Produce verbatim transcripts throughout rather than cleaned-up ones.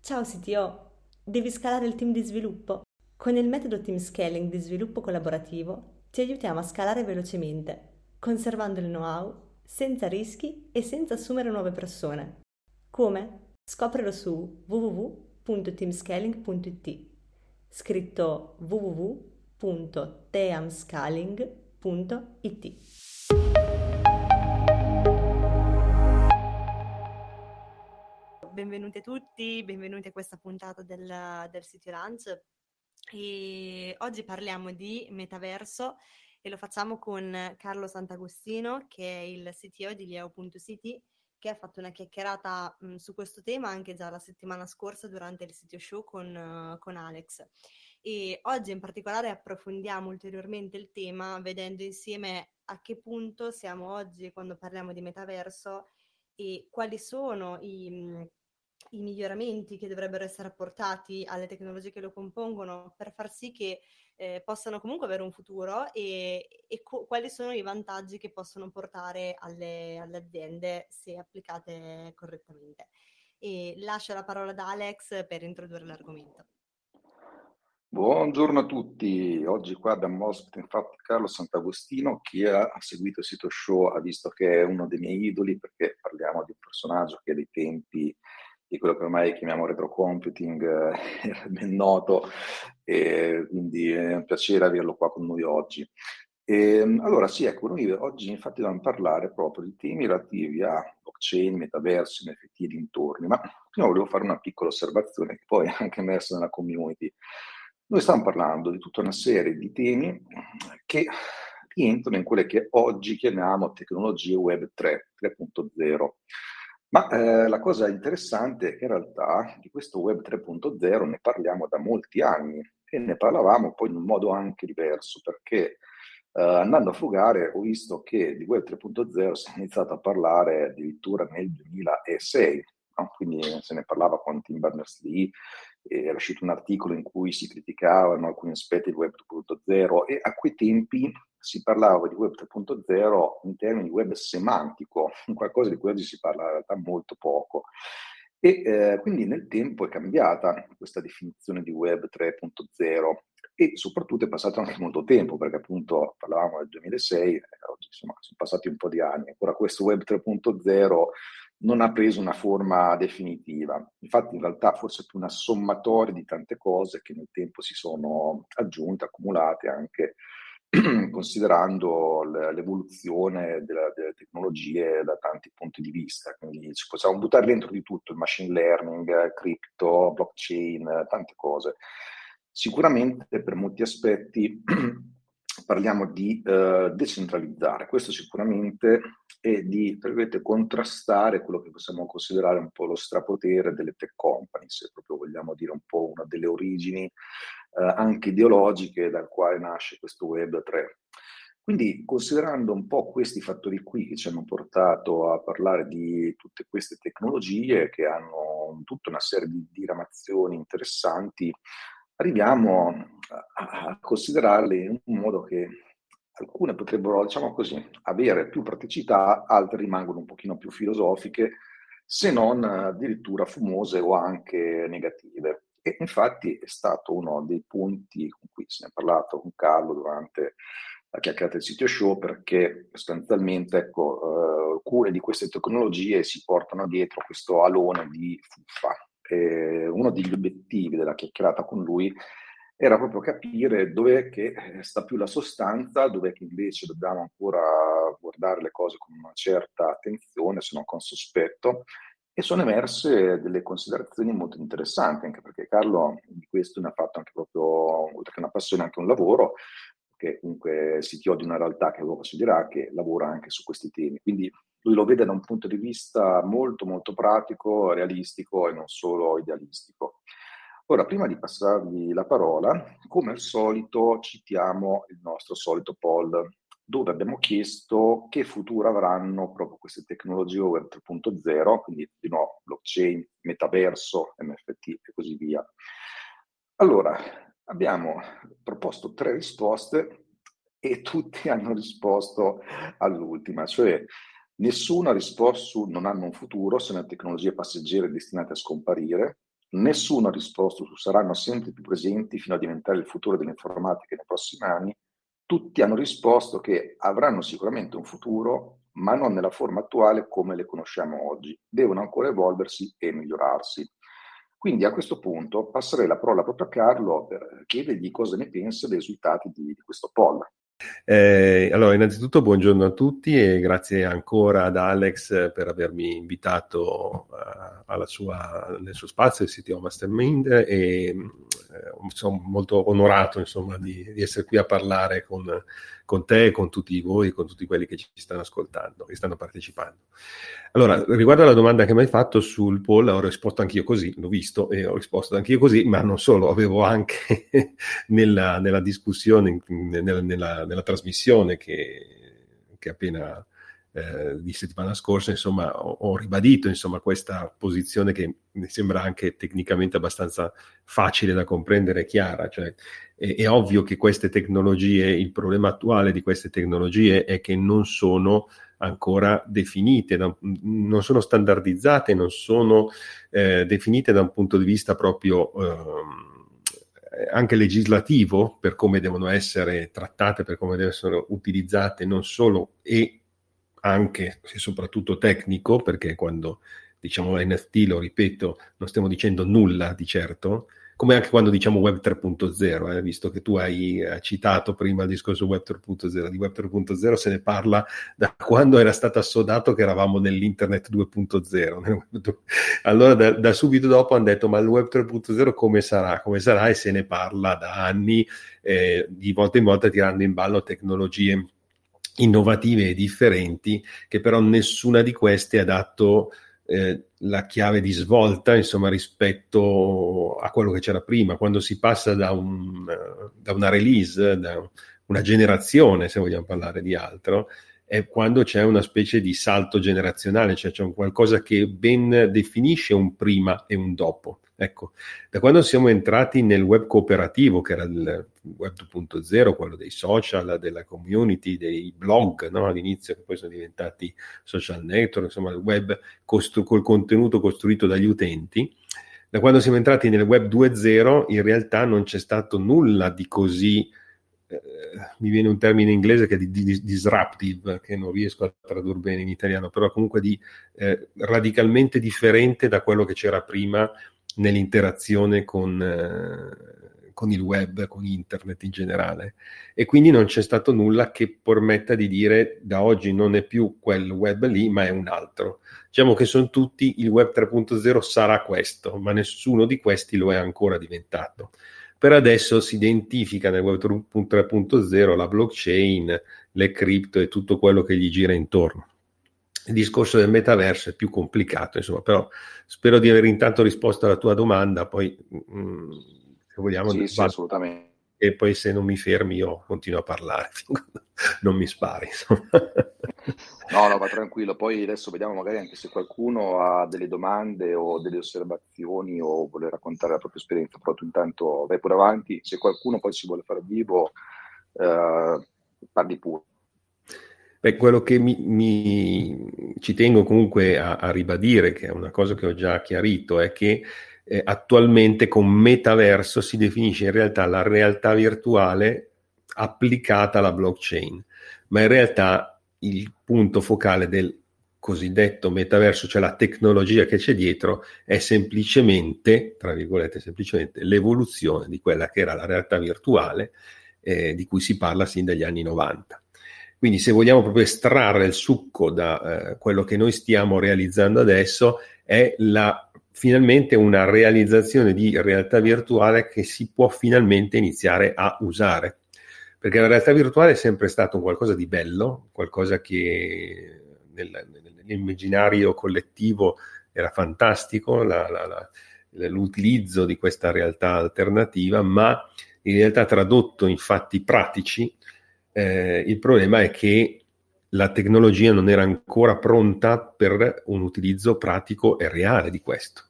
Ciao C T O, devi scalare il team di sviluppo? Con il metodo Team Scaling di sviluppo collaborativo ti aiutiamo a scalare velocemente, conservando il know-how, senza rischi e senza assumere nuove persone. Come? Scoprilo su w w w punto teamscaling punto i t, scritto w w w punto teamscaling punto i t. Benvenuti a tutti, benvenuti a questa puntata del, del City Lunch. E oggi parliamo di metaverso e lo facciamo con Carlo Sant'Agostino, che è il C T O di Leo punto City, che ha fatto una chiacchierata mh, su questo tema anche già la settimana scorsa durante il C T O Show con, uh, con Alex. E oggi in particolare approfondiamo ulteriormente il tema vedendo insieme a che punto siamo oggi quando parliamo di metaverso e quali sono i, mh, i miglioramenti che dovrebbero essere apportati alle tecnologie che lo compongono per far sì che eh, possano comunque avere un futuro e, e co- quali sono i vantaggi che possono portare alle, alle aziende se applicate correttamente. E lascio la parola ad Alex per introdurre l'argomento. Buongiorno a tutti, oggi qua abbiamo ospite infatti Carlo Sant'Agostino. Chi ha seguito il sito show ha visto che è uno dei miei idoli perché parliamo di un personaggio che dei tempi di quello che ormai chiamiamo retrocomputing eh, era ben noto, e quindi è un piacere averlo qua con noi oggi. E, allora sì, ecco, noi oggi infatti dobbiamo parlare proprio di temi relativi a blockchain, metaverso, N F T e dintorni, ma prima volevo fare una piccola osservazione che poi è anche emersa nella community. Noi stiamo parlando di tutta una serie di temi che rientrano in quelle che oggi chiamiamo tecnologie Web tre, tre punto zero. Ma eh, la cosa interessante è che in realtà di questo Web tre punto zero ne parliamo da molti anni e ne parlavamo poi in un modo anche diverso, perché eh, andando a frugare ho visto che di Web tre punto zero si è iniziato a parlare addirittura nel duemilasei, no? Quindi se ne parlava con Tim Berners-Lee, era uscito un articolo in cui si criticavano alcuni aspetti di Web tre punto zero e a quei tempi si parlava di Web tre punto zero in termini di web semantico, qualcosa di cui oggi si parla in realtà molto poco. E eh, quindi nel tempo è cambiata questa definizione di Web tre punto zero e soprattutto è passato anche molto tempo, perché appunto parlavamo del duemilasei, eh, oggi insomma sono passati un po' di anni, ancora questo Web tre punto zero non ha preso una forma definitiva. Infatti in realtà forse è più una sommatoria di tante cose che nel tempo si sono aggiunte, accumulate anche considerando l'evoluzione della, delle tecnologie da tanti punti di vista. Quindi ci possiamo buttare dentro di tutto, il machine learning, crypto, blockchain, tante cose. Sicuramente per molti aspetti parliamo di eh, decentralizzare, questo sicuramente, e di, tra virgolette, contrastare quello che possiamo considerare un po' lo strapotere delle tech company, se proprio vogliamo dire un po' una delle origini eh, anche ideologiche dal quale nasce questo Web tre. Quindi, considerando un po' questi fattori qui che ci hanno portato a parlare di tutte queste tecnologie che hanno tutta una serie di diramazioni interessanti, arriviamo a, a considerarle in un modo che alcune potrebbero, diciamo così, avere più praticità, altre rimangono un pochino più filosofiche, se non addirittura fumose o anche negative. E infatti è stato uno dei punti con cui se ne è parlato con Carlo durante la chiacchierata del sito show, perché sostanzialmente ecco, eh, alcune di queste tecnologie si portano dietro questo alone di fuffa. E uno degli obiettivi della chiacchierata con lui era proprio capire dove che sta più la sostanza, dove che invece dobbiamo ancora guardare le cose con una certa attenzione, se non con sospetto, e sono emerse delle considerazioni molto interessanti, anche perché Carlo di questo ne ha fatto anche proprio, oltre che una passione, anche un lavoro, che comunque si chiode una realtà che lo considererà, che lavora anche su questi temi. Quindi lui lo vede da un punto di vista molto molto pratico, realistico e non solo idealistico. Ora, prima di passargli la parola, come al solito citiamo il nostro solito poll, dove abbiamo chiesto che futuro avranno proprio queste tecnologie Web tre punto zero, quindi di nuovo blockchain, metaverso, N F T e così via. Allora, abbiamo proposto tre risposte e tutti hanno risposto all'ultima, cioè nessuno ha risposto su non hanno un futuro, sono tecnologie passeggere destinate a scomparire, Nessuno ha risposto su saranno sempre più presenti fino a diventare il futuro dell'informatica nei prossimi anni. Tutti hanno risposto che avranno sicuramente un futuro, ma non nella forma attuale come le conosciamo oggi. Devono ancora evolversi e migliorarsi. Quindi a questo punto passerei la parola proprio a Carlo per chiedergli cosa ne pensa dei risultati di, di questo poll. Eh, allora, innanzitutto buongiorno a tutti e grazie ancora ad Alex per avermi invitato uh, alla sua, nel suo spazio, il C T O Mastermind, e eh, sono molto onorato insomma di, di essere qui a parlare con, con te, con tutti voi, con tutti quelli che ci stanno ascoltando, che stanno partecipando. Allora, riguardo alla domanda che mi hai fatto sul poll, ho risposto anch'io così, l'ho visto e ho risposto anch'io così, ma non solo, avevo anche nella, nella discussione, nella, nella, nella trasmissione che, che appena eh, di settimana scorsa, insomma, ho, ho ribadito insomma questa posizione che mi sembra anche tecnicamente abbastanza facile da comprendere e chiara, cioè è, è ovvio che queste tecnologie, il problema attuale di queste tecnologie è che non sono ancora definite, non sono standardizzate, non sono eh, definite da un punto di vista proprio eh, anche legislativo, per come devono essere trattate, per come devono essere utilizzate, non solo e anche e soprattutto tecnico, perché quando diciamo N F T, lo ripeto, non stiamo dicendo nulla di certo, come anche quando diciamo Web tre punto zero, eh, visto che tu hai eh, citato prima il discorso Web tre punto zero. Di Web tre punto zero se ne parla da quando era stato assodato che eravamo nell'Internet due punto zero. Allora da, da subito dopo hanno detto ma il Web tre punto zero come sarà? Come sarà? E se ne parla da anni, eh, di volta in volta tirando in ballo tecnologie innovative e differenti, che però nessuna di queste ha dato Eh, la chiave di svolta insomma rispetto a quello che c'era prima. Quando si passa da, un, da una release, da una generazione, se vogliamo parlare di altro, è quando c'è una specie di salto generazionale, cioè c'è un qualcosa che ben definisce un prima e un dopo. Ecco, da quando siamo entrati nel web cooperativo, che era il web due punto zero, quello dei social, della community, dei blog, no? All'inizio, che poi sono diventati social network, insomma il web costru- col contenuto costruito dagli utenti, da quando siamo entrati nel web due punto zero in realtà non c'è stato nulla di così, eh, mi viene un termine inglese che è di, di disruptive, che non riesco a tradurre bene in italiano, però comunque di eh, radicalmente differente da quello che c'era prima nell'interazione con, eh, con il web, con internet in generale, e quindi non c'è stato nulla che permetta di dire da oggi non è più quel web lì ma è un altro. Diciamo che sono tutti il web tre punto zero sarà questo, ma nessuno di questi lo è ancora diventato. Per adesso si identifica nel web tre punto zero la blockchain, le cripto e tutto quello che gli gira intorno. Il discorso del metaverso è più complicato, insomma, però spero di aver intanto risposto alla tua domanda, poi mh, se vogliamo sì, sì, assolutamente. E poi se non mi fermi io continuo a parlare, non mi spari, insomma. No, no, va tranquillo, poi adesso vediamo magari anche se qualcuno ha delle domande o delle osservazioni o vuole raccontare la propria esperienza, però tu intanto vai pure avanti, se qualcuno poi si vuole fare vivo, eh, parli pure. Beh, quello che mi, mi ci tengo comunque a, a ribadire, che è una cosa che ho già chiarito, è che eh, attualmente con metaverso si definisce in realtà la realtà virtuale applicata alla blockchain, ma in realtà il punto focale del cosiddetto metaverso, cioè la tecnologia che c'è dietro, è semplicemente, tra virgolette, semplicemente l'evoluzione di quella che era la realtà virtuale eh, di cui si parla sin dagli anni novanta. Quindi se vogliamo proprio estrarre il succo da eh, quello che noi stiamo realizzando adesso, è la, finalmente una realizzazione di realtà virtuale che si può finalmente iniziare a usare. Perché la realtà virtuale è sempre stato un qualcosa di bello, qualcosa che nel, nell'immaginario collettivo era fantastico, la, la, la, l'utilizzo di questa realtà alternativa, ma in realtà tradotto in fatti pratici, Eh, il problema è che la tecnologia non era ancora pronta per un utilizzo pratico e reale di questo.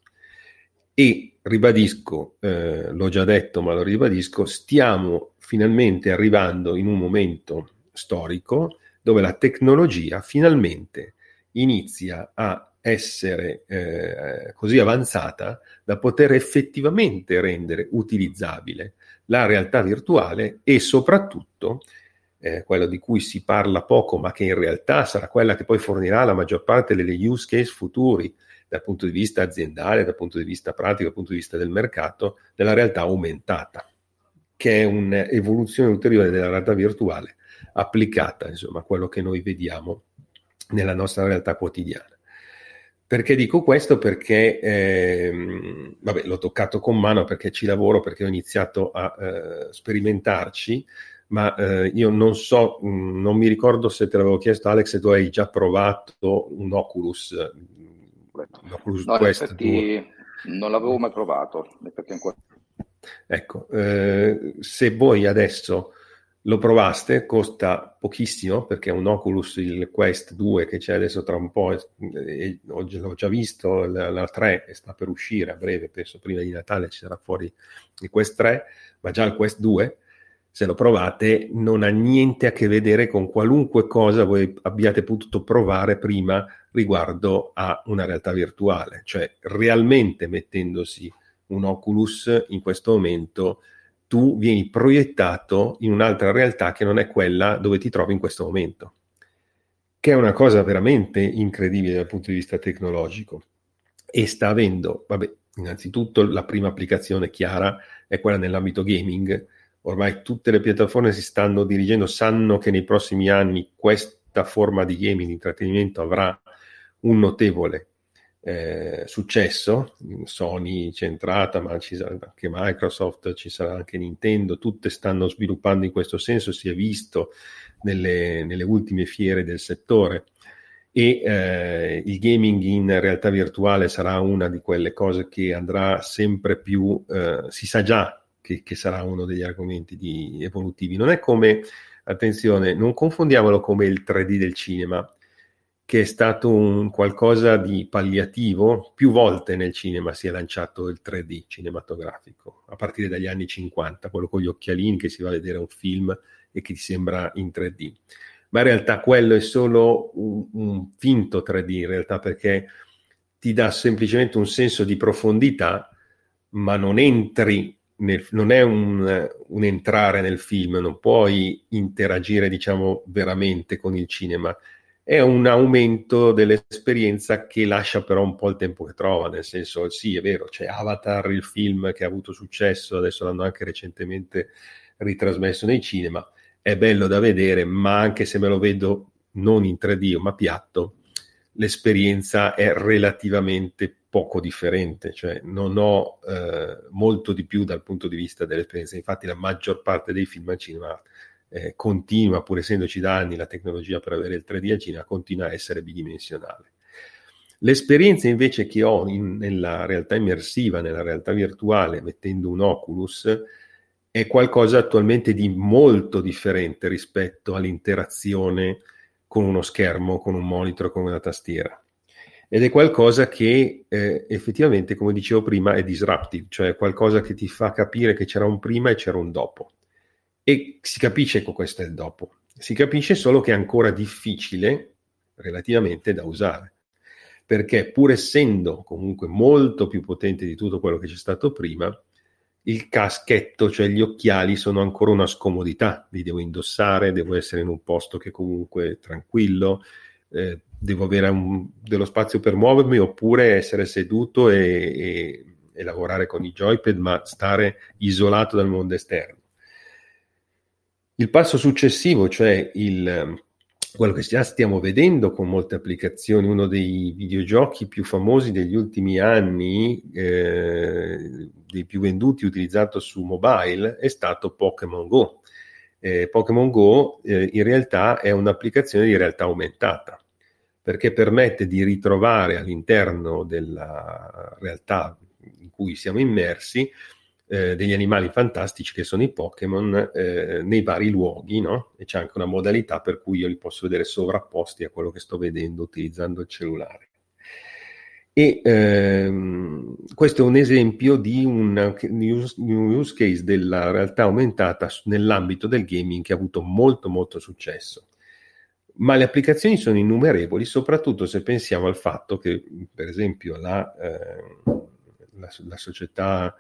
E ribadisco, eh, l'ho già detto ma lo ribadisco, stiamo finalmente arrivando in un momento storico dove la tecnologia finalmente inizia a essere eh, così avanzata da poter effettivamente rendere utilizzabile la realtà virtuale e soprattutto eh, quello di cui si parla poco, ma che in realtà sarà quella che poi fornirà la maggior parte delle use case futuri dal punto di vista aziendale, dal punto di vista pratico, dal punto di vista del mercato, della realtà aumentata, che è un'evoluzione ulteriore della realtà virtuale applicata, insomma, a quello che noi vediamo nella nostra realtà quotidiana. Perché dico questo? Perché ehm, vabbè, l'ho toccato con mano perché ci lavoro, perché ho iniziato a eh, sperimentarci, ma eh, io non so, mh, non mi ricordo se te l'avevo chiesto, Alex, se tu hai già provato un Oculus, un Oculus no, Quest in effetti due. Non l'avevo mai provato, perché ancora... Ecco, eh, se voi adesso lo provaste, costa pochissimo, perché è un Oculus, il Quest due che c'è adesso tra un po', e, oggi l'ho già visto, la, la tre sta per uscire a breve, penso prima di Natale ci sarà fuori il Quest tre, ma già il Quest due, se lo provate, non ha niente a che vedere con qualunque cosa voi abbiate potuto provare prima riguardo a una realtà virtuale, cioè realmente mettendosi un Oculus in questo momento tu vieni proiettato in un'altra realtà che non è quella dove ti trovi in questo momento, che è una cosa veramente incredibile dal punto di vista tecnologico, e sta avendo, vabbè, innanzitutto la prima applicazione chiara è quella nell'ambito gaming. Ormai tutte le piattaforme si stanno dirigendo, sanno che nei prossimi anni questa forma di gaming, di intrattenimento avrà un notevole eh, successo. Sony centrata, ma ci sarà anche Microsoft, ci sarà anche Nintendo, tutte stanno sviluppando in questo senso, si è visto nelle, nelle ultime fiere del settore, e eh, il gaming in realtà virtuale sarà una di quelle cose che andrà sempre più, eh, si sa già che, che sarà uno degli argomenti di, evolutivi. Non è come, attenzione, non confondiamolo come il tre D del cinema, che è stato un qualcosa di palliativo. Più volte nel cinema si è lanciato il tre D cinematografico, a partire dagli anni cinquanta, quello con gli occhialini che si va a vedere un film e che ti sembra in tre D. Ma in realtà quello è solo un, un finto tre D, in realtà, perché ti dà semplicemente un senso di profondità, ma non entri nel, non è un, un entrare nel film, non puoi interagire, diciamo, veramente con il cinema. È un aumento dell'esperienza che lascia però un po' il tempo che trova, nel senso, sì, è vero, c'è Avatar, il film che ha avuto successo, adesso l'hanno anche recentemente ritrasmesso nei cinema, è bello da vedere, ma anche se me lo vedo non in tre D ma piatto, l'esperienza è relativamente poco differente, cioè non ho eh, molto di più dal punto di vista dell'esperienza. Infatti la maggior parte dei film al cinema eh, continua, pur essendoci da anni la tecnologia per avere il tre D al cinema, continua a essere bidimensionale. L'esperienza invece che ho in, nella realtà immersiva, nella realtà virtuale, mettendo un Oculus, è qualcosa attualmente di molto differente rispetto all'interazione con uno schermo, con un monitor, con una tastiera. Ed è qualcosa che eh, effettivamente, come dicevo prima, è disruptive, cioè qualcosa che ti fa capire che c'era un prima e c'era un dopo. E si capisce che questo è il dopo. Si capisce solo che è ancora difficile relativamente da usare, perché pur essendo comunque molto più potente di tutto quello che c'è stato prima, il caschetto, cioè gli occhiali, sono ancora una scomodità. Li devo indossare, devo essere in un posto che comunque è tranquillo, eh, devo avere un, dello spazio per muovermi, oppure essere seduto e, e, e lavorare con i joypad, ma stare isolato dal mondo esterno. Il passo successivo, cioè il, quello che già stiamo vedendo con molte applicazioni, uno dei videogiochi più famosi degli ultimi anni, eh, dei più venduti utilizzato su mobile, è stato Pokémon Go. Eh, Pokémon Go eh, in realtà è un'applicazione di realtà aumentata, perché permette di ritrovare all'interno della realtà in cui siamo immersi eh, degli animali fantastici che sono i Pokémon eh, nei vari luoghi, no? E c'è anche una modalità per cui io li posso vedere sovrapposti a quello che sto vedendo utilizzando il cellulare. E ehm, questo è un esempio di un use, use case della realtà aumentata nell'ambito del gaming che ha avuto molto molto successo. ma le applicazioni sono innumerevoli, soprattutto se pensiamo al fatto che, per esempio, la, eh, la, la società,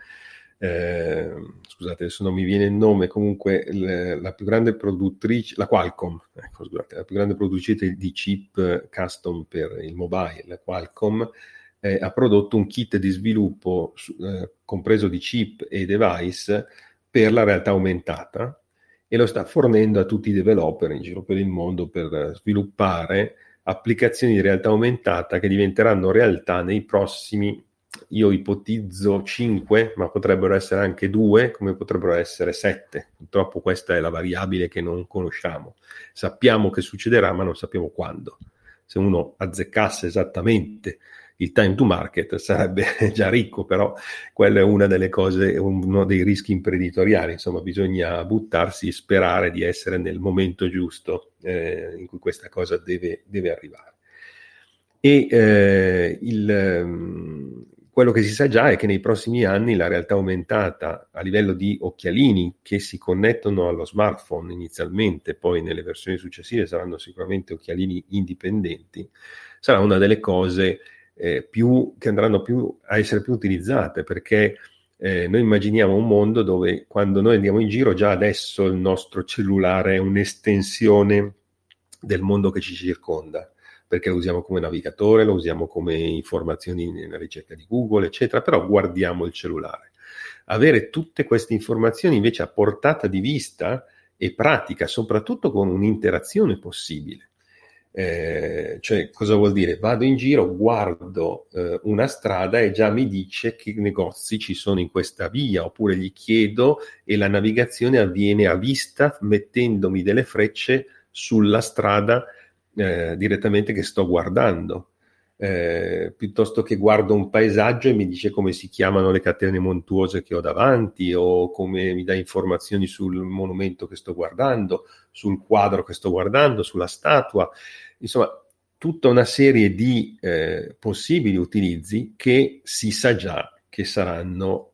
eh, scusate, adesso non mi viene il nome, comunque le, la più grande produttrice, la Qualcomm, ecco, scusate, la più grande produttrice di chip custom per il mobile, la Qualcomm, eh, ha prodotto un kit di sviluppo eh, compreso di chip e device per la realtà aumentata, e lo sta fornendo a tutti i developer in giro per il mondo per sviluppare applicazioni di realtà aumentata che diventeranno realtà nei prossimi, io ipotizzo cinque, ma potrebbero essere anche due, come potrebbero essere sette. Purtroppo questa è la variabile che non conosciamo. Sappiamo che succederà, ma non sappiamo quando. Se uno azzeccasse esattamente il time to market sarebbe già ricco, però quella è una delle cose, uno dei rischi imprenditoriali. Insomma, bisogna buttarsi e sperare di essere nel momento giusto eh, in cui questa cosa deve, deve arrivare. E eh, il, quello che si sa già è che nei prossimi anni la realtà aumentata a livello di occhialini che si connettono allo smartphone inizialmente, poi nelle versioni successive saranno sicuramente occhialini indipendenti, sarà una delle cose Eh, più, che andranno più a essere più utilizzate, perché eh, noi immaginiamo un mondo dove quando noi andiamo in giro già adesso il nostro cellulare è un'estensione del mondo che ci circonda, perché lo usiamo come navigatore, lo usiamo come informazioni nella ricerca di Google, eccetera, però guardiamo il cellulare. Avere tutte queste informazioni invece a portata di vista e pratica, soprattutto con un'interazione possibile. Eh, cioè, cosa vuol dire? Vado in giro, guardo eh, una strada e già mi dice che negozi ci sono in questa via, oppure gli chiedo e la navigazione avviene a vista mettendomi delle frecce sulla strada eh, direttamente che sto guardando, eh, piuttosto che guardo un paesaggio e mi dice come si chiamano le catene montuose che ho davanti, o come mi dà informazioni sul monumento che sto guardando, sul quadro che sto guardando, sulla statua. Insomma, tutta una serie di eh, possibili utilizzi che si sa già che saranno,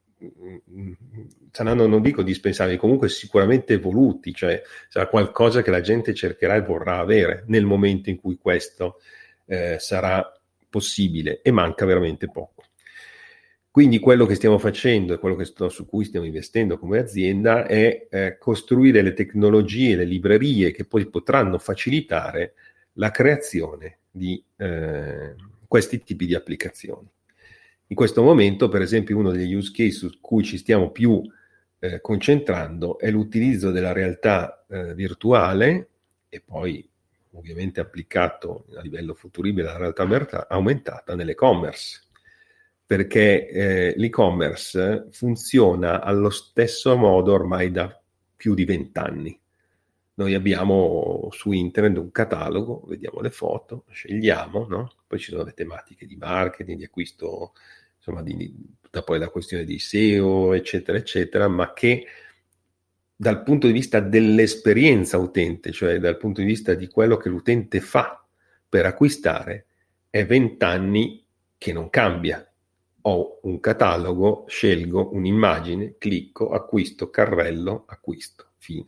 saranno, non dico dispensabili, comunque sicuramente evoluti, cioè sarà qualcosa che la gente cercherà e vorrà avere nel momento in cui questo eh, sarà possibile, e manca veramente poco. Quindi quello che stiamo facendo e quello che sto, su cui stiamo investendo come azienda è eh, costruire le tecnologie, le librerie che poi potranno facilitare la creazione di eh, questi tipi di applicazioni. In questo momento, per esempio, uno degli use case su cui ci stiamo più eh, concentrando è l'utilizzo della realtà eh, virtuale, e poi ovviamente applicato a livello futuribile alla realtà aumentata nell'e-commerce, perché eh, l'e-commerce funziona allo stesso modo ormai da più di vent'anni. Noi abbiamo su internet un catalogo, vediamo le foto, scegliamo, no? Poi ci sono le tematiche di marketing, di acquisto, insomma, di, di, da poi la questione di S E O, eccetera, eccetera, ma che dal punto di vista dell'esperienza utente, cioè dal punto di vista di quello che l'utente fa per acquistare, è vent'anni che non cambia. Ho un catalogo, scelgo un'immagine, clicco, acquisto, carrello, acquisto, fine.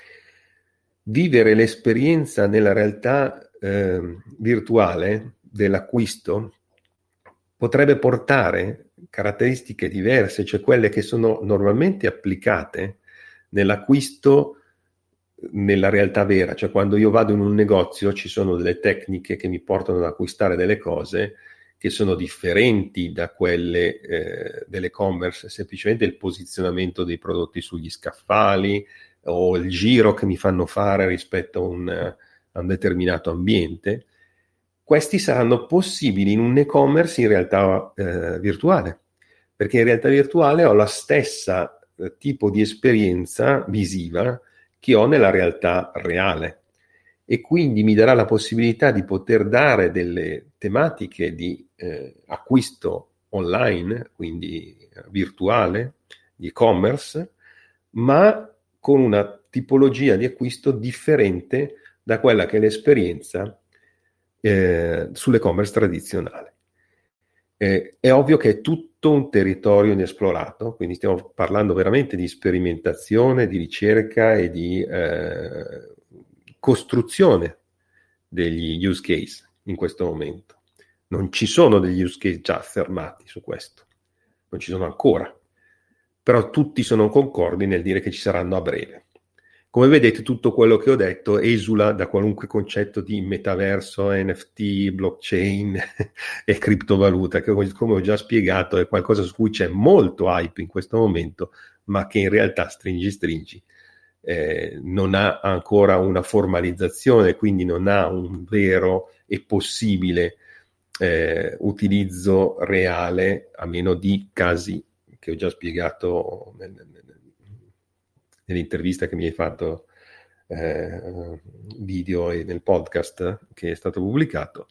Vivere l'esperienza nella realtà eh, virtuale dell'acquisto potrebbe portare caratteristiche diverse, cioè quelle che sono normalmente applicate nell'acquisto nella realtà vera, cioè quando io vado in un negozio ci sono delle tecniche che mi portano ad acquistare delle cose che sono differenti da quelle eh, dell'e-commerce, semplicemente il posizionamento dei prodotti sugli scaffali o il giro che mi fanno fare rispetto a un, a un determinato ambiente. Questi saranno possibili in un e-commerce in realtà eh, virtuale, perché in realtà virtuale ho la stessa eh, tipo di esperienza visiva che ho nella realtà reale, e quindi mi darà la possibilità di poter dare delle tematiche di eh, acquisto online, quindi eh, virtuale, di e-commerce, ma con una tipologia di acquisto differente da quella che è l'esperienza eh, sull'e-commerce tradizionale. Eh, è ovvio che è tutto un territorio inesplorato, quindi stiamo parlando veramente di sperimentazione, di ricerca e di eh, costruzione degli use case in questo momento. Non ci sono degli use case già affermati su questo, non ci sono ancora, però tutti sono concordi nel dire che ci saranno a breve. Come vedete, tutto quello che ho detto esula da qualunque concetto di metaverso, N F T, blockchain e criptovaluta, che come ho già spiegato è qualcosa su cui c'è molto hype in questo momento, ma che in realtà stringi stringi eh, non ha ancora una formalizzazione, quindi non ha un vero e possibile eh, utilizzo reale, a meno di casi che ho già spiegato nel, nel, nell'intervista che mi hai fatto eh, video e nel podcast che è stato pubblicato,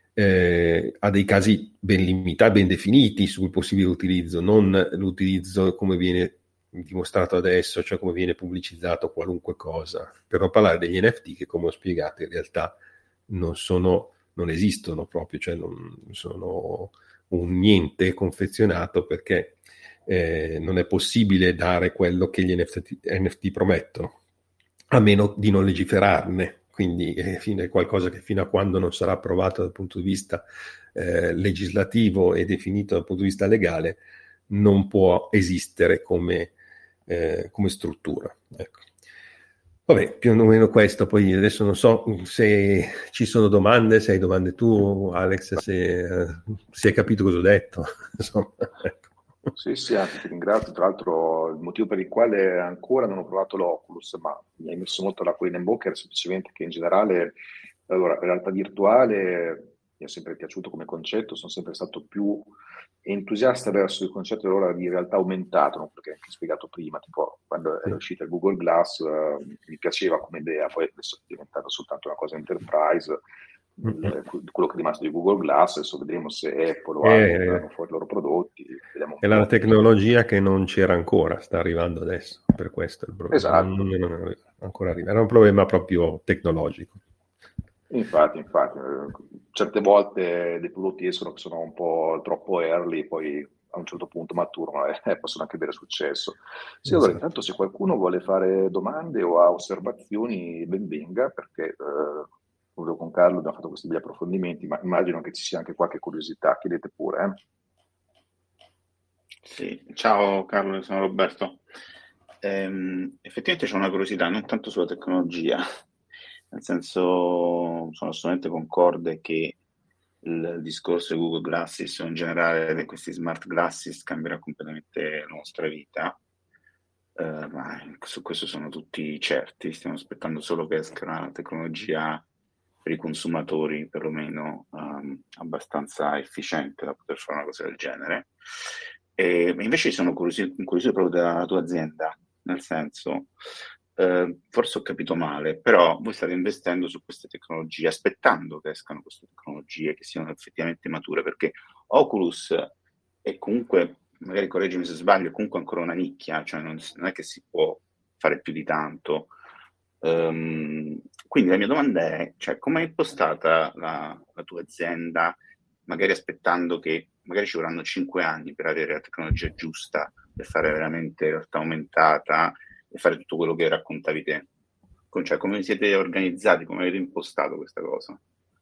eh, ha dei casi ben limitati, ben definiti sul possibile utilizzo, non l'utilizzo come viene dimostrato adesso, cioè come viene pubblicizzato qualunque cosa, per non parlare degli N F T che, come ho spiegato, in realtà non sono, non esistono proprio, cioè non sono un niente confezionato, perché Eh, non è possibile dare quello che gli N F T, N F T promettono, a meno di non legiferarne. Quindi eh, è qualcosa che fino a quando non sarà approvato dal punto di vista eh, legislativo e definito dal punto di vista legale, non può esistere come, eh, come struttura. Ecco. Vabbè, più o meno questo. Poi adesso non so se ci sono domande, se hai domande tu, Alex, se, eh, se hai capito cosa ho detto. Insomma, ecco. Sì, sì, anche ti ringrazio. Tra l'altro il motivo per il quale ancora non ho provato l'Oculus, ma mi hai messo molto l'acquolina in bocca, era semplicemente che in generale, allora, la realtà virtuale mi è sempre piaciuto come concetto, sono sempre stato più entusiasta verso il concetto allora di realtà aumentata, no? Perché anche spiegato prima, tipo quando era uscita il Google Glass, uh, mi piaceva come idea, poi adesso è diventata soltanto una cosa enterprise. Il, quello che è rimasto di Google Glass, adesso vedremo se Apple o altri faranno fuori i loro prodotti. È la tecnologia che non c'era ancora, sta arrivando adesso, per questo è il problema. Esatto. Non, non, non ancora arriva. Era un problema proprio tecnologico. Infatti, infatti, certe volte dei prodotti escono che sono un po' troppo early, poi a un certo punto maturano e eh, possono anche avere successo. Sì, allora Esatto. intanto se qualcuno vuole fare domande o ha osservazioni, ben venga, perché eh, con Carlo abbiamo fatto questi begli approfondimenti, ma immagino che ci sia anche qualche curiosità, chiedete pure. Eh? Sì, ciao Carlo, sono Roberto. Ehm, effettivamente c'è una curiosità, non tanto sulla tecnologia, nel senso sono assolutamente concorde che il discorso di Google Glasses o in generale di questi smart glasses cambierà completamente la nostra vita. Uh, ma su questo sono tutti certi, stiamo aspettando solo che esca una tecnologia per i consumatori perlomeno um, abbastanza efficiente da poter fare una cosa del genere. E invece sono curioso, curioso proprio della tua azienda, nel senso, eh, forse ho capito male, però voi state investendo su queste tecnologie, aspettando che escano queste tecnologie, che siano effettivamente mature, perché Oculus è comunque, magari correggimi se sbaglio, è comunque ancora una nicchia, cioè non, non è che si può fare più di tanto. Um, quindi la mia domanda è, cioè, come è impostata la, la tua azienda, magari aspettando che magari ci vorranno cinque anni per avere la tecnologia giusta, per fare veramente realtà aumentata e fare tutto quello che raccontavi te? Cioè, come siete organizzati, come avete impostato questa cosa?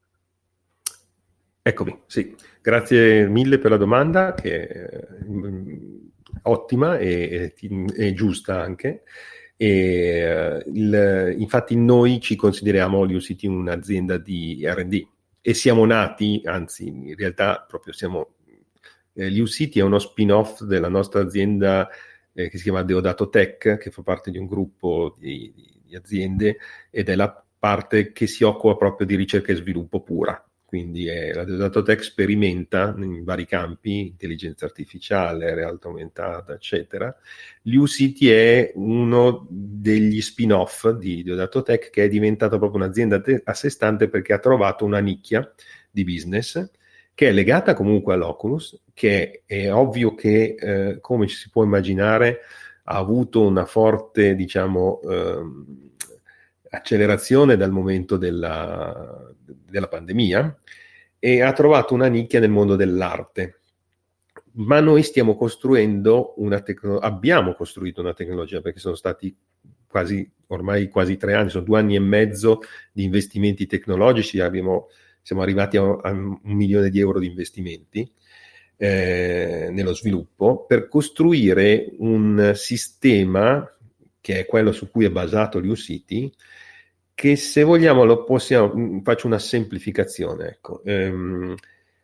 Eccomi, sì, grazie mille per la domanda, che è mm, ottima e, e, e giusta anche. E, uh, il, infatti noi ci consideriamo LiuCity un'azienda di R and D e siamo nati, anzi in realtà proprio siamo, eh, LiuCity è uno spin-off della nostra azienda eh, che si chiama Deodato Tech, che fa parte di un gruppo di, di, di aziende ed è la parte che si occupa proprio di ricerca e sviluppo pura. Quindi è, la Deodato Tech sperimenta in vari campi, intelligenza artificiale, realtà aumentata, eccetera. LiuCity è uno degli spin-off di Deodato Tech, che è diventata proprio un'azienda te- a sé stante, perché ha trovato una nicchia di business che è legata comunque all'Oculus, che è, è ovvio che, eh, come ci si può immaginare, ha avuto una forte, diciamo, ehm, accelerazione dal momento della, della pandemia e ha trovato una nicchia nel mondo dell'arte. Ma noi stiamo costruendo una tecnologia, abbiamo costruito una tecnologia, perché sono stati quasi, ormai quasi tre anni, sono due anni e mezzo di investimenti tecnologici, abbiamo, siamo arrivati a, a un milione di euro di investimenti eh, nello sviluppo per costruire un sistema che è quello su cui è basato l'UCity, che se vogliamo lo possiamo, faccio una semplificazione, ecco. Ehm,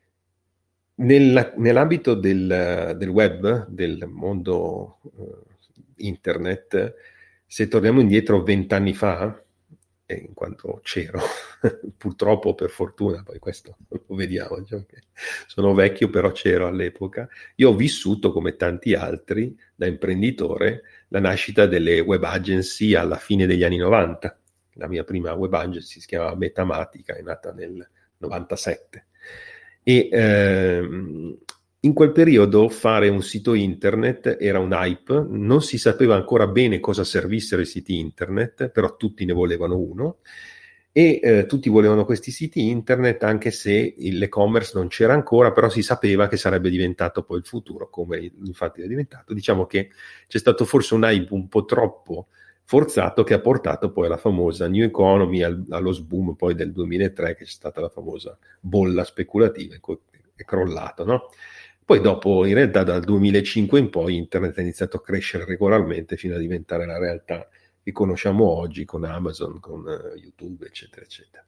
nella, nell'ambito del, del web, del mondo eh, internet, se torniamo indietro vent'anni fa, eh, in quanto c'ero, purtroppo per fortuna, poi questo lo vediamo, cioè, sono vecchio però c'ero all'epoca, io ho vissuto come tanti altri da imprenditore la nascita delle web agency alla fine degli anni novanta. La mia prima web agency si chiamava Metamatica, è nata nel novantasette. E ehm, in quel periodo fare un sito internet era un hype, non si sapeva ancora bene cosa servissero i siti internet, però tutti ne volevano uno, e eh, tutti volevano questi siti internet, anche se l'e-commerce non c'era ancora, però si sapeva che sarebbe diventato poi il futuro, come infatti è diventato. Diciamo che c'è stato forse un hype un po' troppo forzato che ha portato poi alla famosa New Economy, al, allo sboom poi del duemilatré, che c'è stata la famosa bolla speculativa, è crollato, no? Poi dopo, in realtà dal duemilacinque in poi, internet ha iniziato a crescere regolarmente fino a diventare la realtà che conosciamo oggi con Amazon, con uh, YouTube, eccetera, eccetera.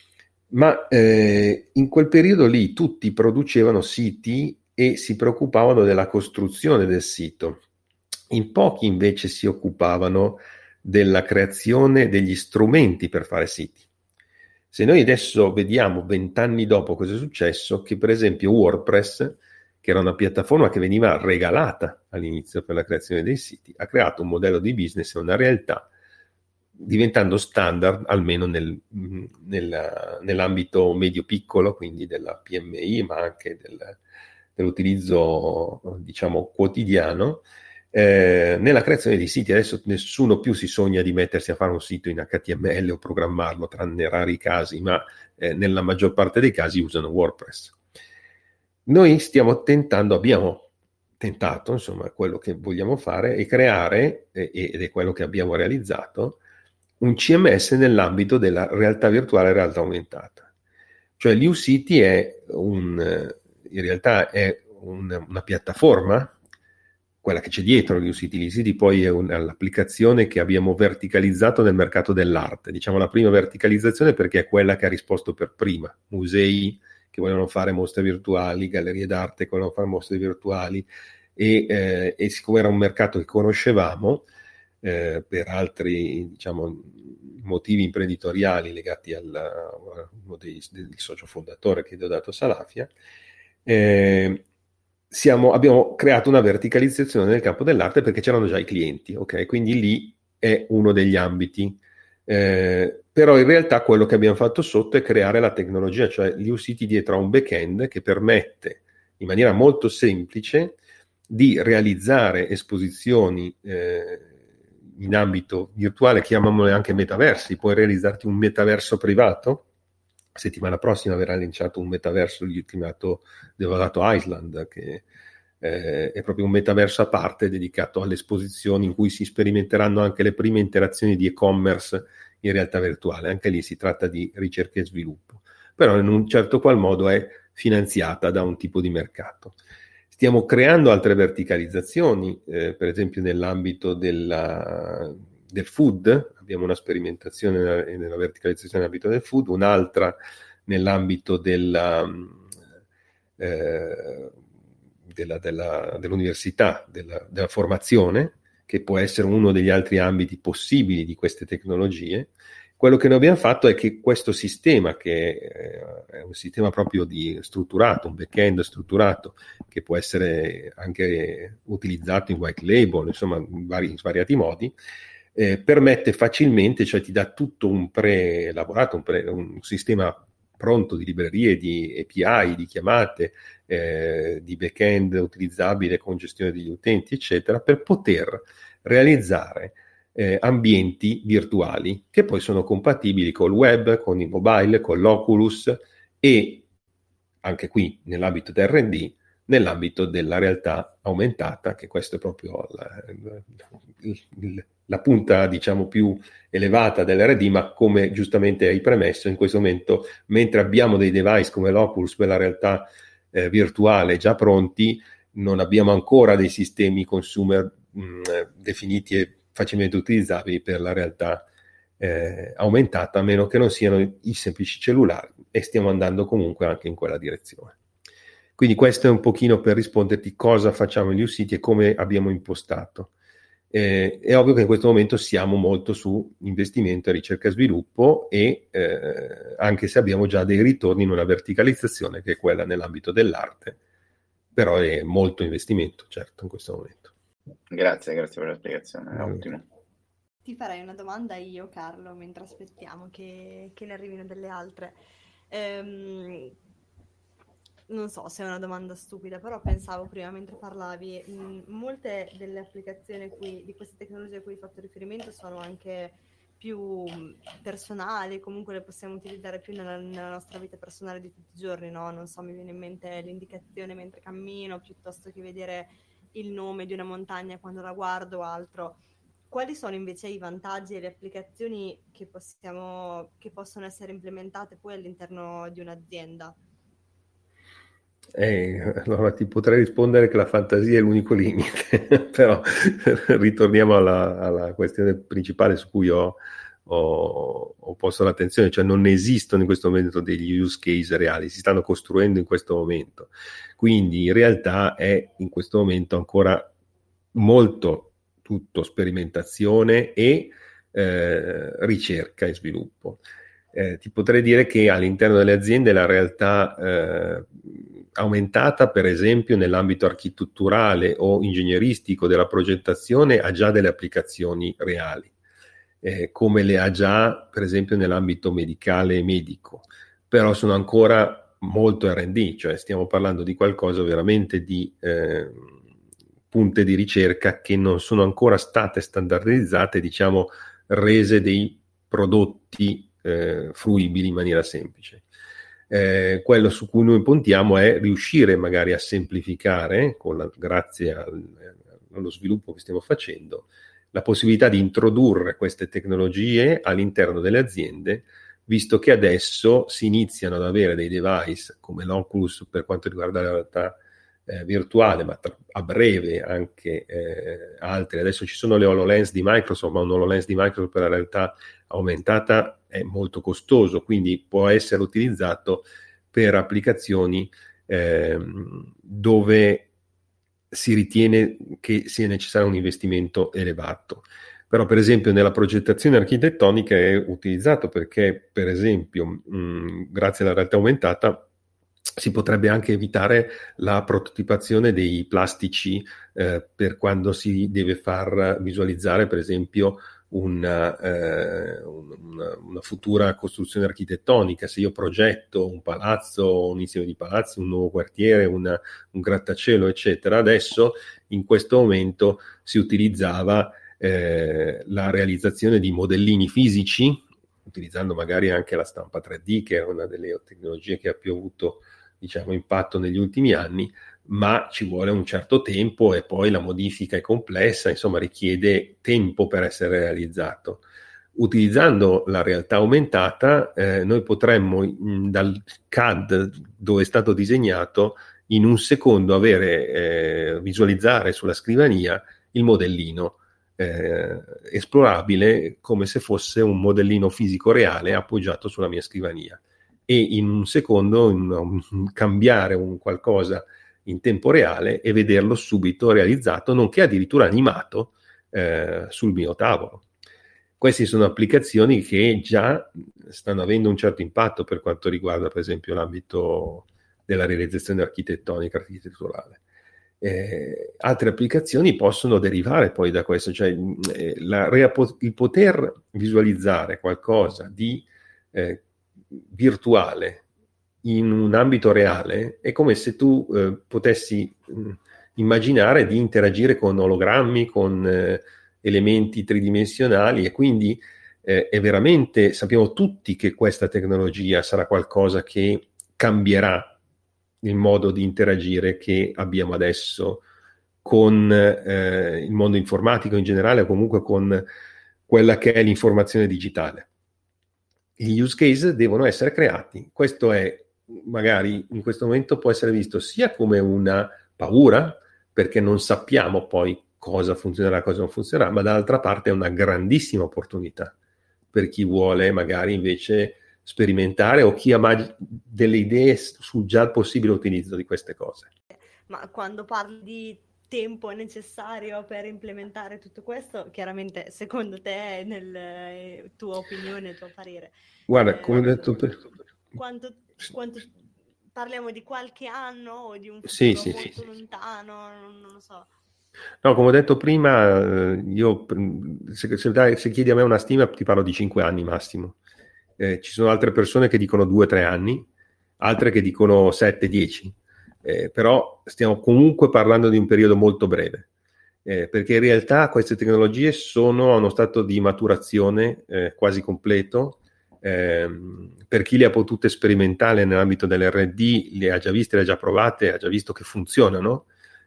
Ma eh, in quel periodo lì tutti producevano siti e si preoccupavano della costruzione del sito. In pochi invece si occupavano della creazione degli strumenti per fare siti. Se noi adesso vediamo vent'anni dopo cosa è successo, che per esempio WordPress, che era una piattaforma che veniva regalata all'inizio per la creazione dei siti, ha creato un modello di business e una realtà, diventando standard almeno nel, nel, nell'ambito medio-piccolo, quindi della P M I, ma anche del, dell'utilizzo, diciamo, quotidiano. Eh, nella creazione di siti adesso nessuno più si sogna di mettersi a fare un sito in H T M L o programmarlo, tranne rari casi, ma eh, nella maggior parte dei casi usano WordPress. Noi stiamo tentando, abbiamo tentato, insomma, quello che vogliamo fare è creare, eh, ed è quello che abbiamo realizzato, un C M S nell'ambito della realtà virtuale e realtà aumentata. Cioè l'UCity è un, in realtà è un, una piattaforma, quella che c'è dietro l'UCity. L'UCity poi è una, l'applicazione che abbiamo verticalizzato nel mercato dell'arte. Diciamo la prima verticalizzazione perché è quella che ha risposto per prima. Musei che volevano fare mostre virtuali, gallerie d'arte che volevano fare mostre virtuali, e, eh, e siccome era un mercato che conoscevamo eh, per altri, diciamo, motivi imprenditoriali legati al uno dei, del socio fondatore che è Deodato Salafia, eh, Siamo, abbiamo creato una verticalizzazione nel campo dell'arte perché c'erano già i clienti, ok? Quindi lì è uno degli ambiti. Eh, però in realtà quello che abbiamo fatto sotto è creare la tecnologia, cioè l'UCity dietro a un back-end che permette in maniera molto semplice di realizzare esposizioni eh, in ambito virtuale, chiamiamole anche metaversi. Puoi realizzarti un metaverso privato. Settimana prossima verrà lanciato un metaverso chiamato Devorato Island, che eh, è proprio un metaverso a parte dedicato alle esposizioni in cui si sperimenteranno anche le prime interazioni di e-commerce in realtà virtuale. Anche lì si tratta di ricerca e sviluppo, però in un certo qual modo è finanziata da un tipo di mercato. Stiamo creando altre verticalizzazioni, eh, per esempio nell'ambito della, del food. Abbiamo una sperimentazione nella, nella verticalizzazione nell'ambito del food, un'altra nell'ambito della, eh, della, della, dell'università, della, della formazione, che può essere uno degli altri ambiti possibili di queste tecnologie. Quello che noi abbiamo fatto è che questo sistema, che è un sistema proprio di strutturato, un back-end strutturato, che può essere anche utilizzato in white label, insomma in, vari, in svariati modi, eh, permette facilmente, cioè ti dà tutto un pre-elaborato, un, pre, un sistema pronto di librerie, di A P I, di chiamate, eh, di back-end utilizzabile con gestione degli utenti, eccetera, per poter realizzare Eh, ambienti virtuali che poi sono compatibili col web, con il mobile, con l'Oculus e anche qui nell'ambito del R and D nell'ambito della realtà aumentata, che questo è proprio la, la, la punta, diciamo, più elevata dell'erre di, ma come giustamente hai premesso, in questo momento, mentre abbiamo dei device come l'Oculus per la realtà eh, virtuale già pronti, non abbiamo ancora dei sistemi consumer mh, definiti e facilmente utilizzabili per la realtà eh, aumentata, a meno che non siano i semplici cellulari, e stiamo andando comunque anche in quella direzione. Quindi questo è un pochino per risponderti cosa facciamo in U-City e come abbiamo impostato. Eh, è ovvio che in questo momento siamo molto su investimento, ricerca e sviluppo, e eh, anche se abbiamo già dei ritorni in una verticalizzazione che è quella nell'ambito dell'arte, però è molto investimento, certo, in questo momento. Grazie, grazie per la spiegazione, è Mm. ottimo. Ti farei una domanda io, Carlo, mentre aspettiamo che, che ne arrivino delle altre. Ehm, non so se è una domanda stupida, però pensavo prima mentre parlavi, mh, molte delle applicazioni a cui, di queste tecnologie a cui hai fatto riferimento sono anche più personali, comunque le possiamo utilizzare più nella, nella nostra vita personale di tutti i giorni, no? Non so, mi viene in mente l'indicazione mentre cammino, piuttosto che vedere il nome di una montagna quando la guardo o altro. Quali sono invece i vantaggi e le applicazioni che possiamo, che possono essere implementate poi all'interno di un'azienda? Eh, allora ti potrei rispondere che la fantasia è l'unico limite, però ritorniamo alla, alla questione principale su cui ho, ho, ho posto l'attenzione, cioè non esistono in questo momento degli use case reali, si stanno costruendo in questo momento, quindi in realtà è in questo momento ancora molto tutto sperimentazione e eh, ricerca e sviluppo. Eh, ti potrei dire che all'interno delle aziende la realtà eh, aumentata, per esempio nell'ambito architetturale o ingegneristico della progettazione, ha già delle applicazioni reali, eh, come le ha già per esempio nell'ambito medicale e medico, però sono ancora molto erre e di, cioè stiamo parlando di qualcosa veramente di eh, punte di ricerca che non sono ancora state standardizzate, diciamo rese dei prodotti eh, fruibili in maniera semplice. Eh, quello su cui noi puntiamo è riuscire magari a semplificare, con la, grazie al, allo sviluppo che stiamo facendo, la possibilità di introdurre queste tecnologie all'interno delle aziende, visto che adesso si iniziano ad avere dei device come l'Oculus per quanto riguarda la realtà eh, virtuale, ma tra, a breve anche eh, altri. Adesso ci sono le HoloLens di Microsoft, ma un HoloLens di Microsoft per la realtà aumentata è molto costoso, quindi può essere utilizzato per applicazioni eh, dove si ritiene che sia necessario un investimento elevato. Però per esempio nella progettazione architettonica è utilizzato perché per esempio mh, grazie alla realtà aumentata si potrebbe anche evitare la prototipazione dei plastici eh, per quando si deve far visualizzare per esempio una, eh, una, una futura costruzione architettonica. Se io progetto un palazzo, un insieme di palazzi, un nuovo quartiere, una, un grattacielo eccetera, adesso in questo momento si utilizzava eh, la realizzazione di modellini fisici, utilizzando magari anche la stampa tre D, che è una delle tecnologie che ha più avuto diciamo impatto negli ultimi anni, ma ci vuole un certo tempo e poi la modifica è complessa, insomma richiede tempo per essere realizzato. Utilizzando la realtà aumentata eh, noi potremmo mh, dal C A D dove è stato disegnato in un secondo avere eh, visualizzare sulla scrivania il modellino eh, esplorabile come se fosse un modellino fisico reale appoggiato sulla mia scrivania, e in un secondo in, um, cambiare un qualcosa in tempo reale e vederlo subito realizzato, nonché addirittura animato eh, sul mio tavolo. Queste sono applicazioni che già stanno avendo un certo impatto per quanto riguarda per esempio l'ambito della realizzazione architettonica, architetturale. Eh, altre applicazioni possono derivare poi da questo, cioè eh, la, il poter visualizzare qualcosa di eh, virtuale in un ambito reale è come se tu eh, potessi mh, immaginare di interagire con ologrammi, con eh, elementi tridimensionali, e quindi eh, è veramente, sappiamo tutti che questa tecnologia sarà qualcosa che cambierà il modo di interagire che abbiamo adesso con eh, il mondo informatico in generale, o comunque con quella che è l'informazione digitale. Gli use case devono essere creati. Questo è, magari in questo momento può essere visto sia come una paura, perché non sappiamo poi cosa funzionerà, cosa non funzionerà, ma dall'altra parte è una grandissima opportunità per chi vuole magari invece sperimentare o chi ha mag- delle idee sul già possibile utilizzo di queste cose. Ma quando parli di tempo necessario per implementare tutto questo, chiaramente secondo te, nel eh, tua opinione, tuo parere? Guarda, eh, come ho detto per... quanto, quanto parliamo di qualche anno o di un futuro sì, sì, molto sì. lontano, non, non lo so. No, come ho detto prima, io se, se, dai, se chiedi a me una stima ti parlo di cinque anni massimo. Eh, ci sono altre persone che dicono due tre anni, altre che dicono sette dieci. Eh, però stiamo comunque parlando di un periodo molto breve, eh, perché in realtà queste tecnologie sono a uno stato di maturazione eh, quasi completo. Eh, per chi le ha potute sperimentare nell'ambito dell'R and D, le ha già viste, le ha già provate, ha già visto che funzionano,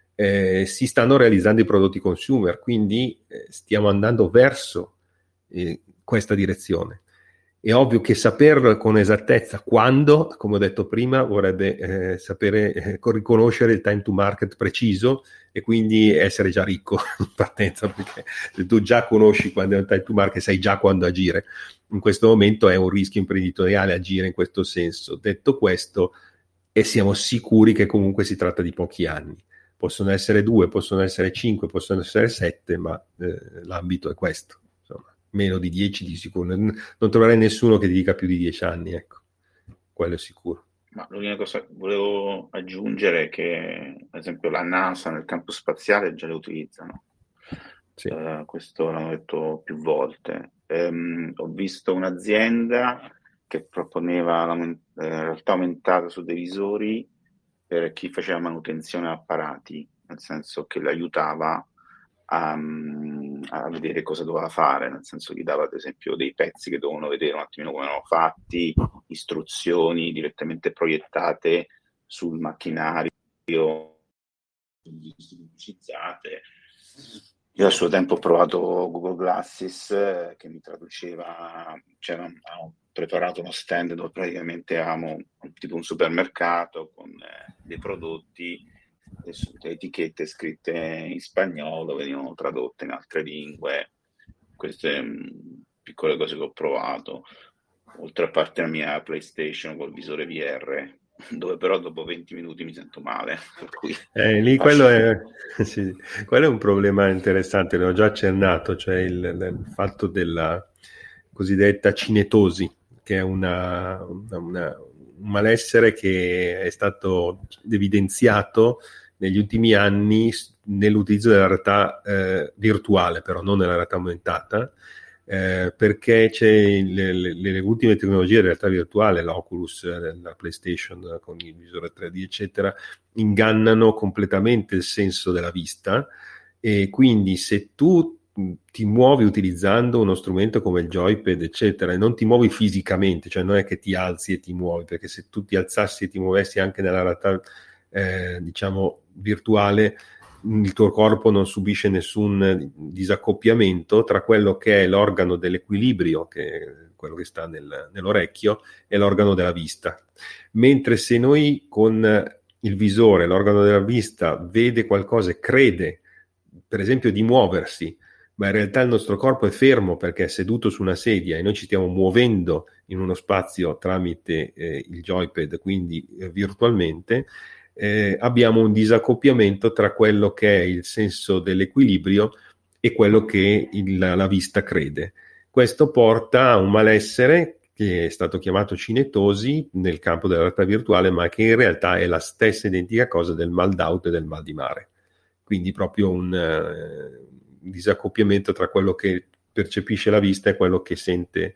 eh, si stanno realizzando i prodotti consumer, quindi eh, stiamo andando verso eh, questa direzione. È ovvio che saper con esattezza quando, come ho detto prima, vorrebbe eh, sapere eh, riconoscere il time to market preciso e quindi essere già ricco in partenza, perché se tu già conosci quando è il time to market, sai già quando agire. In questo momento è un rischio imprenditoriale agire in questo senso. Detto questo, e siamo sicuri che comunque si tratta di pochi anni. Possono essere due, possono essere cinque, possono essere sette, ma eh, l'ambito è questo. Meno di dieci di sicuro, non troverai nessuno che ti dica più di dieci anni, ecco, quello è sicuro. Ma l'unica cosa che volevo aggiungere è che, ad esempio, la NASA nel campo spaziale già le utilizzano. Sì. Uh, questo l'hanno detto più volte. Um, ho visto un'azienda che proponeva la uh, realtà aumentata su dei visori per chi faceva manutenzione a apparati, nel senso che l'aiutava A, a vedere cosa doveva fare, nel senso gli dava ad esempio dei pezzi che dovevano vedere un attimino come erano fatti, istruzioni direttamente proiettate sul macchinario, pubblicizzate. Io a suo tempo ho provato Google Glasses eh, che mi traduceva, cioè ho preparato uno stand dove praticamente avevamo tipo un supermercato con eh, dei prodotti, le etichette scritte in spagnolo venivano tradotte in altre lingue. Queste mh, piccole cose che ho provato, oltre a parte la mia PlayStation col visore V R, dove però dopo venti minuti mi sento male, per cui eh, lì quello è, sì, quello è un problema interessante, l'ho già accennato, cioè il, il fatto della cosiddetta cinetosi, che è una, una, una, un malessere che è stato evidenziato negli ultimi anni nell'utilizzo della realtà eh, virtuale, però non nella realtà aumentata, eh, perché c'è le, le, le ultime tecnologie di realtà virtuale, l'Oculus, la PlayStation con il visore tre D, eccetera, ingannano completamente il senso della vista, e quindi se tu ti muovi utilizzando uno strumento come il joypad, eccetera, e non ti muovi fisicamente, cioè non è che ti alzi e ti muovi, perché se tu ti alzassi e ti muovessi anche nella realtà Eh, diciamo virtuale, il tuo corpo non subisce nessun disaccoppiamento tra quello che è l'organo dell'equilibrio, che è quello che sta nel, nell'orecchio, e l'organo della vista. Mentre se noi con il visore, l'organo della vista, vede qualcosa e crede, per esempio, di muoversi, ma in realtà il nostro corpo è fermo perché è seduto su una sedia e noi ci stiamo muovendo in uno spazio tramite eh, il joypad, quindi eh, virtualmente, Eh, abbiamo un disaccoppiamento tra quello che è il senso dell'equilibrio e quello che il, la vista crede. Questo porta a un malessere che è stato chiamato cinetosi nel campo della realtà virtuale, ma che in realtà è la stessa identica cosa del mal d'auto e del mal di mare. Quindi proprio un uh, disaccoppiamento tra quello che percepisce la vista e quello che sente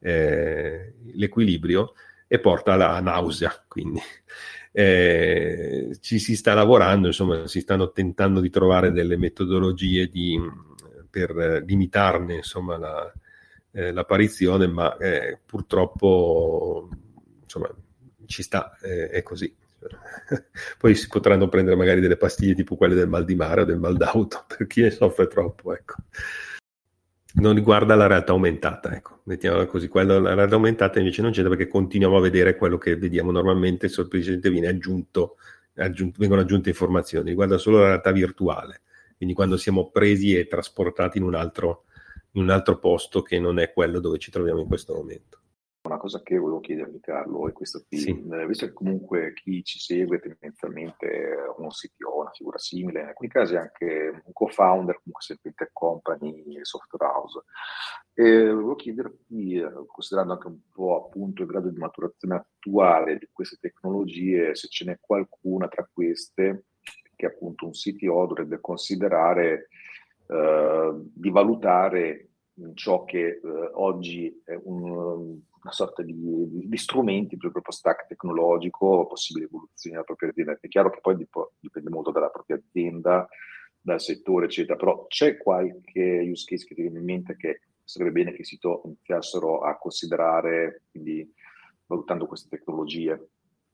eh, l'equilibrio, e porta alla nausea, quindi Eh, ci si sta lavorando, insomma, si stanno tentando di trovare delle metodologie di, per limitarne, insomma, la, eh, l'apparizione, ma eh, purtroppo, insomma, ci sta, eh, è così. Poi si potranno prendere magari delle pastiglie tipo quelle del mal di mare o del mal d'auto, per chi ne soffre troppo, ecco. Non riguarda la realtà aumentata, ecco, mettiamola così. Quello, la realtà aumentata invece non c'è, perché continuiamo a vedere quello che vediamo normalmente, semplicemente viene aggiunto, aggiunto, vengono aggiunte informazioni. Riguarda solo la realtà virtuale, quindi quando siamo presi e trasportati in un altro, in un altro posto che non è quello dove ci troviamo in questo momento. Una cosa che volevo chiederti, Carlo, è questo qui, Sì. eh, visto che comunque chi ci segue tendenzialmente è uno C T O, una figura simile, in alcuni casi anche un co-founder, comunque sempre in tech company, software house, e volevo chiederti, eh, considerando anche un po' appunto il grado di maturazione attuale di queste tecnologie, se ce n'è qualcuna tra queste che appunto un C T O dovrebbe considerare eh, di valutare in ciò che eh, oggi è un, una sorta di, di, di strumenti per il proprio stack tecnologico, possibili evoluzioni della propria azienda. È chiaro che poi dip- dipende molto dalla propria azienda, dal settore, eccetera, però c'è qualche use case che ti viene in mente che sarebbe bene che i sito iniziassero a considerare, quindi valutando queste tecnologie?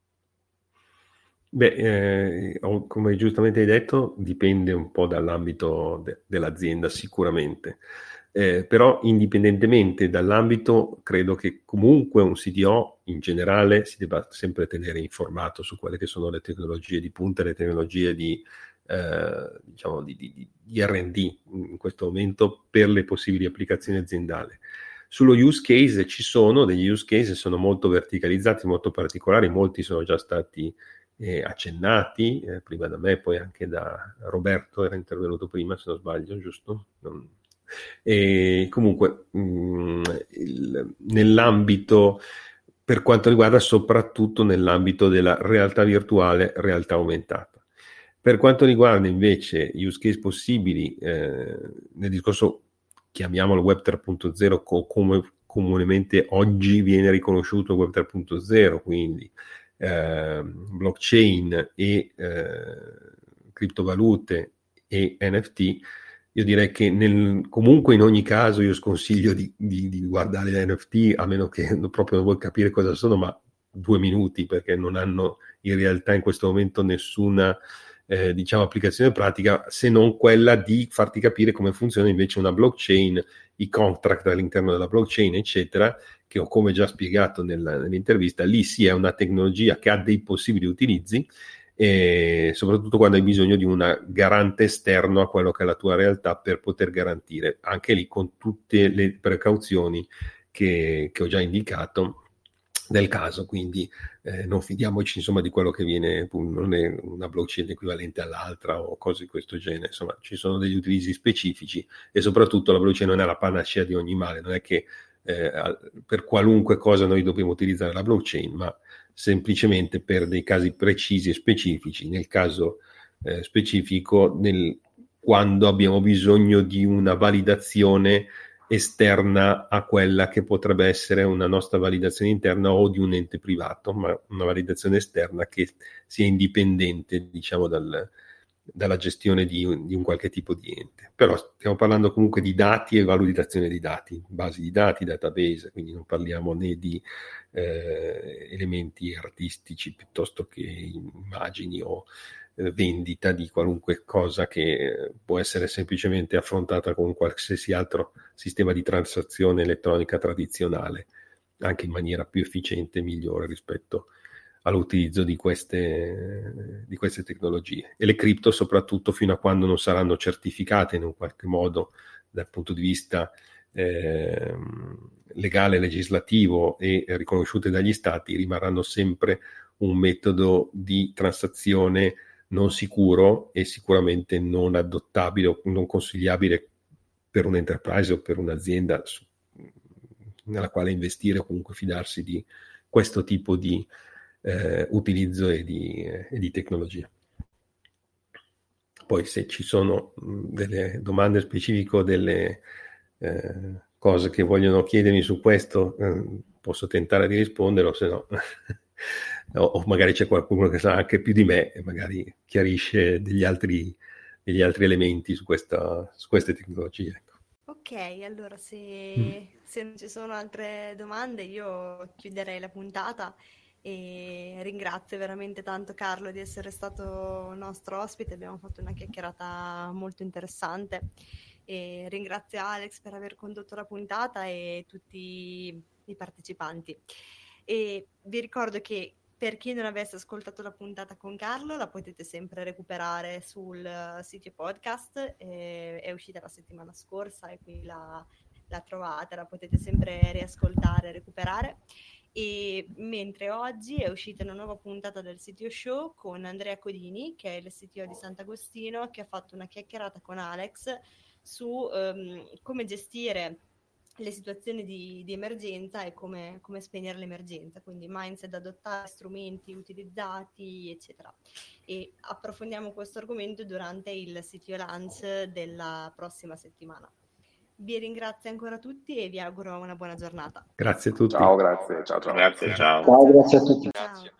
Beh, eh, come giustamente hai detto, dipende un po' dall'ambito de- dell'azienda sicuramente, eh, però indipendentemente dall'ambito credo che comunque un C D O in generale si debba sempre tenere informato su quelle che sono le tecnologie di punta, le tecnologie di, eh, diciamo di, di, di R and D in questo momento per le possibili applicazioni aziendali. Sullo use case ci sono degli use case, sono molto verticalizzati, molto particolari, molti sono già stati Eh, accennati, eh, prima da me, poi anche da Roberto, era intervenuto prima, se non sbaglio, giusto? Non... E comunque, mh, il, nell'ambito, per quanto riguarda soprattutto nell'ambito della realtà virtuale, realtà aumentata. Per quanto riguarda invece use case possibili, eh, nel discorso, chiamiamolo Web tre punto zero, co- come comunemente oggi viene riconosciuto Web tre punto zero, quindi Eh, blockchain e eh, criptovalute e N F T, io direi che nel, comunque in ogni caso io sconsiglio di, di, di guardare le N F T, a meno che proprio non vuoi capire cosa sono, ma due minuti, perché non hanno in realtà in questo momento nessuna eh, diciamo applicazione pratica, se non quella di farti capire come funziona invece una blockchain, i contract all'interno della blockchain, eccetera, che ho come già spiegato nella, nell'intervista. Lì sì è una tecnologia che ha dei possibili utilizzi, e soprattutto quando hai bisogno di un garante esterno a quello che è la tua realtà per poter garantire, anche lì con tutte le precauzioni che, che ho già indicato del caso, quindi eh, non fidiamoci insomma di quello che viene, non è una blockchain equivalente all'altra o cose di questo genere, insomma ci sono degli utilizzi specifici e soprattutto la blockchain non è la panacea di ogni male, non è che eh, per qualunque cosa noi dobbiamo utilizzare la blockchain, ma semplicemente per dei casi precisi e specifici, nel caso eh, specifico nel, quando abbiamo bisogno di una validazione esterna a quella che potrebbe essere una nostra validazione interna o di un ente privato, ma una validazione esterna che sia indipendente, diciamo, dal, dalla gestione di un, di un qualche tipo di ente. Però stiamo parlando comunque di dati e validazione di dati, basi di dati, database, quindi non parliamo né di eh, elementi artistici piuttosto che immagini o vendita di qualunque cosa che può essere semplicemente affrontata con qualsiasi altro sistema di transazione elettronica tradizionale, anche in maniera più efficiente e migliore rispetto all'utilizzo di queste, di queste tecnologie. E le cripto soprattutto fino a quando non saranno certificate in un qualche modo dal punto di vista eh, legale, legislativo e riconosciute dagli stati, rimarranno sempre un metodo di transazione non sicuro e sicuramente non adottabile o non consigliabile per un'enterprise o per un'azienda su, nella quale investire o comunque fidarsi di questo tipo di eh, utilizzo e di, eh, e di tecnologia. Poi se ci sono mh, delle domande specifiche o delle eh, cose che vogliono chiedermi su questo, eh, posso tentare di rispondere, o se no o magari c'è qualcuno che sa anche più di me e magari chiarisce degli altri, degli altri elementi su, questa, su queste tecnologie. Ok, allora se, Mm. se non ci sono altre domande io chiuderei la puntata e ringrazio veramente tanto Carlo di essere stato nostro ospite, abbiamo fatto una chiacchierata molto interessante e ringrazio Alex per aver condotto la puntata e tutti i partecipanti. E vi ricordo che per chi non avesse ascoltato la puntata con Carlo, la potete sempre recuperare sul sito podcast, eh, è uscita la settimana scorsa e qui la, la trovate, la potete sempre riascoltare, recuperare. E mentre oggi è uscita una nuova puntata del C T O Show con Andrea Codini, che è il C T O di Sant'Agostino, che ha fatto una chiacchierata con Alex su um, come gestire le situazioni di, di emergenza e come, come spegnere l'emergenza, quindi mindset da adottare, strumenti utilizzati, eccetera. E approfondiamo questo argomento durante il C T O Lunch della prossima settimana. Vi ringrazio ancora tutti e vi auguro una buona giornata. Grazie a tutti. Ciao, grazie. Ciao, ciao. Grazie, ciao. Ciao, grazie a tutti. Ciao.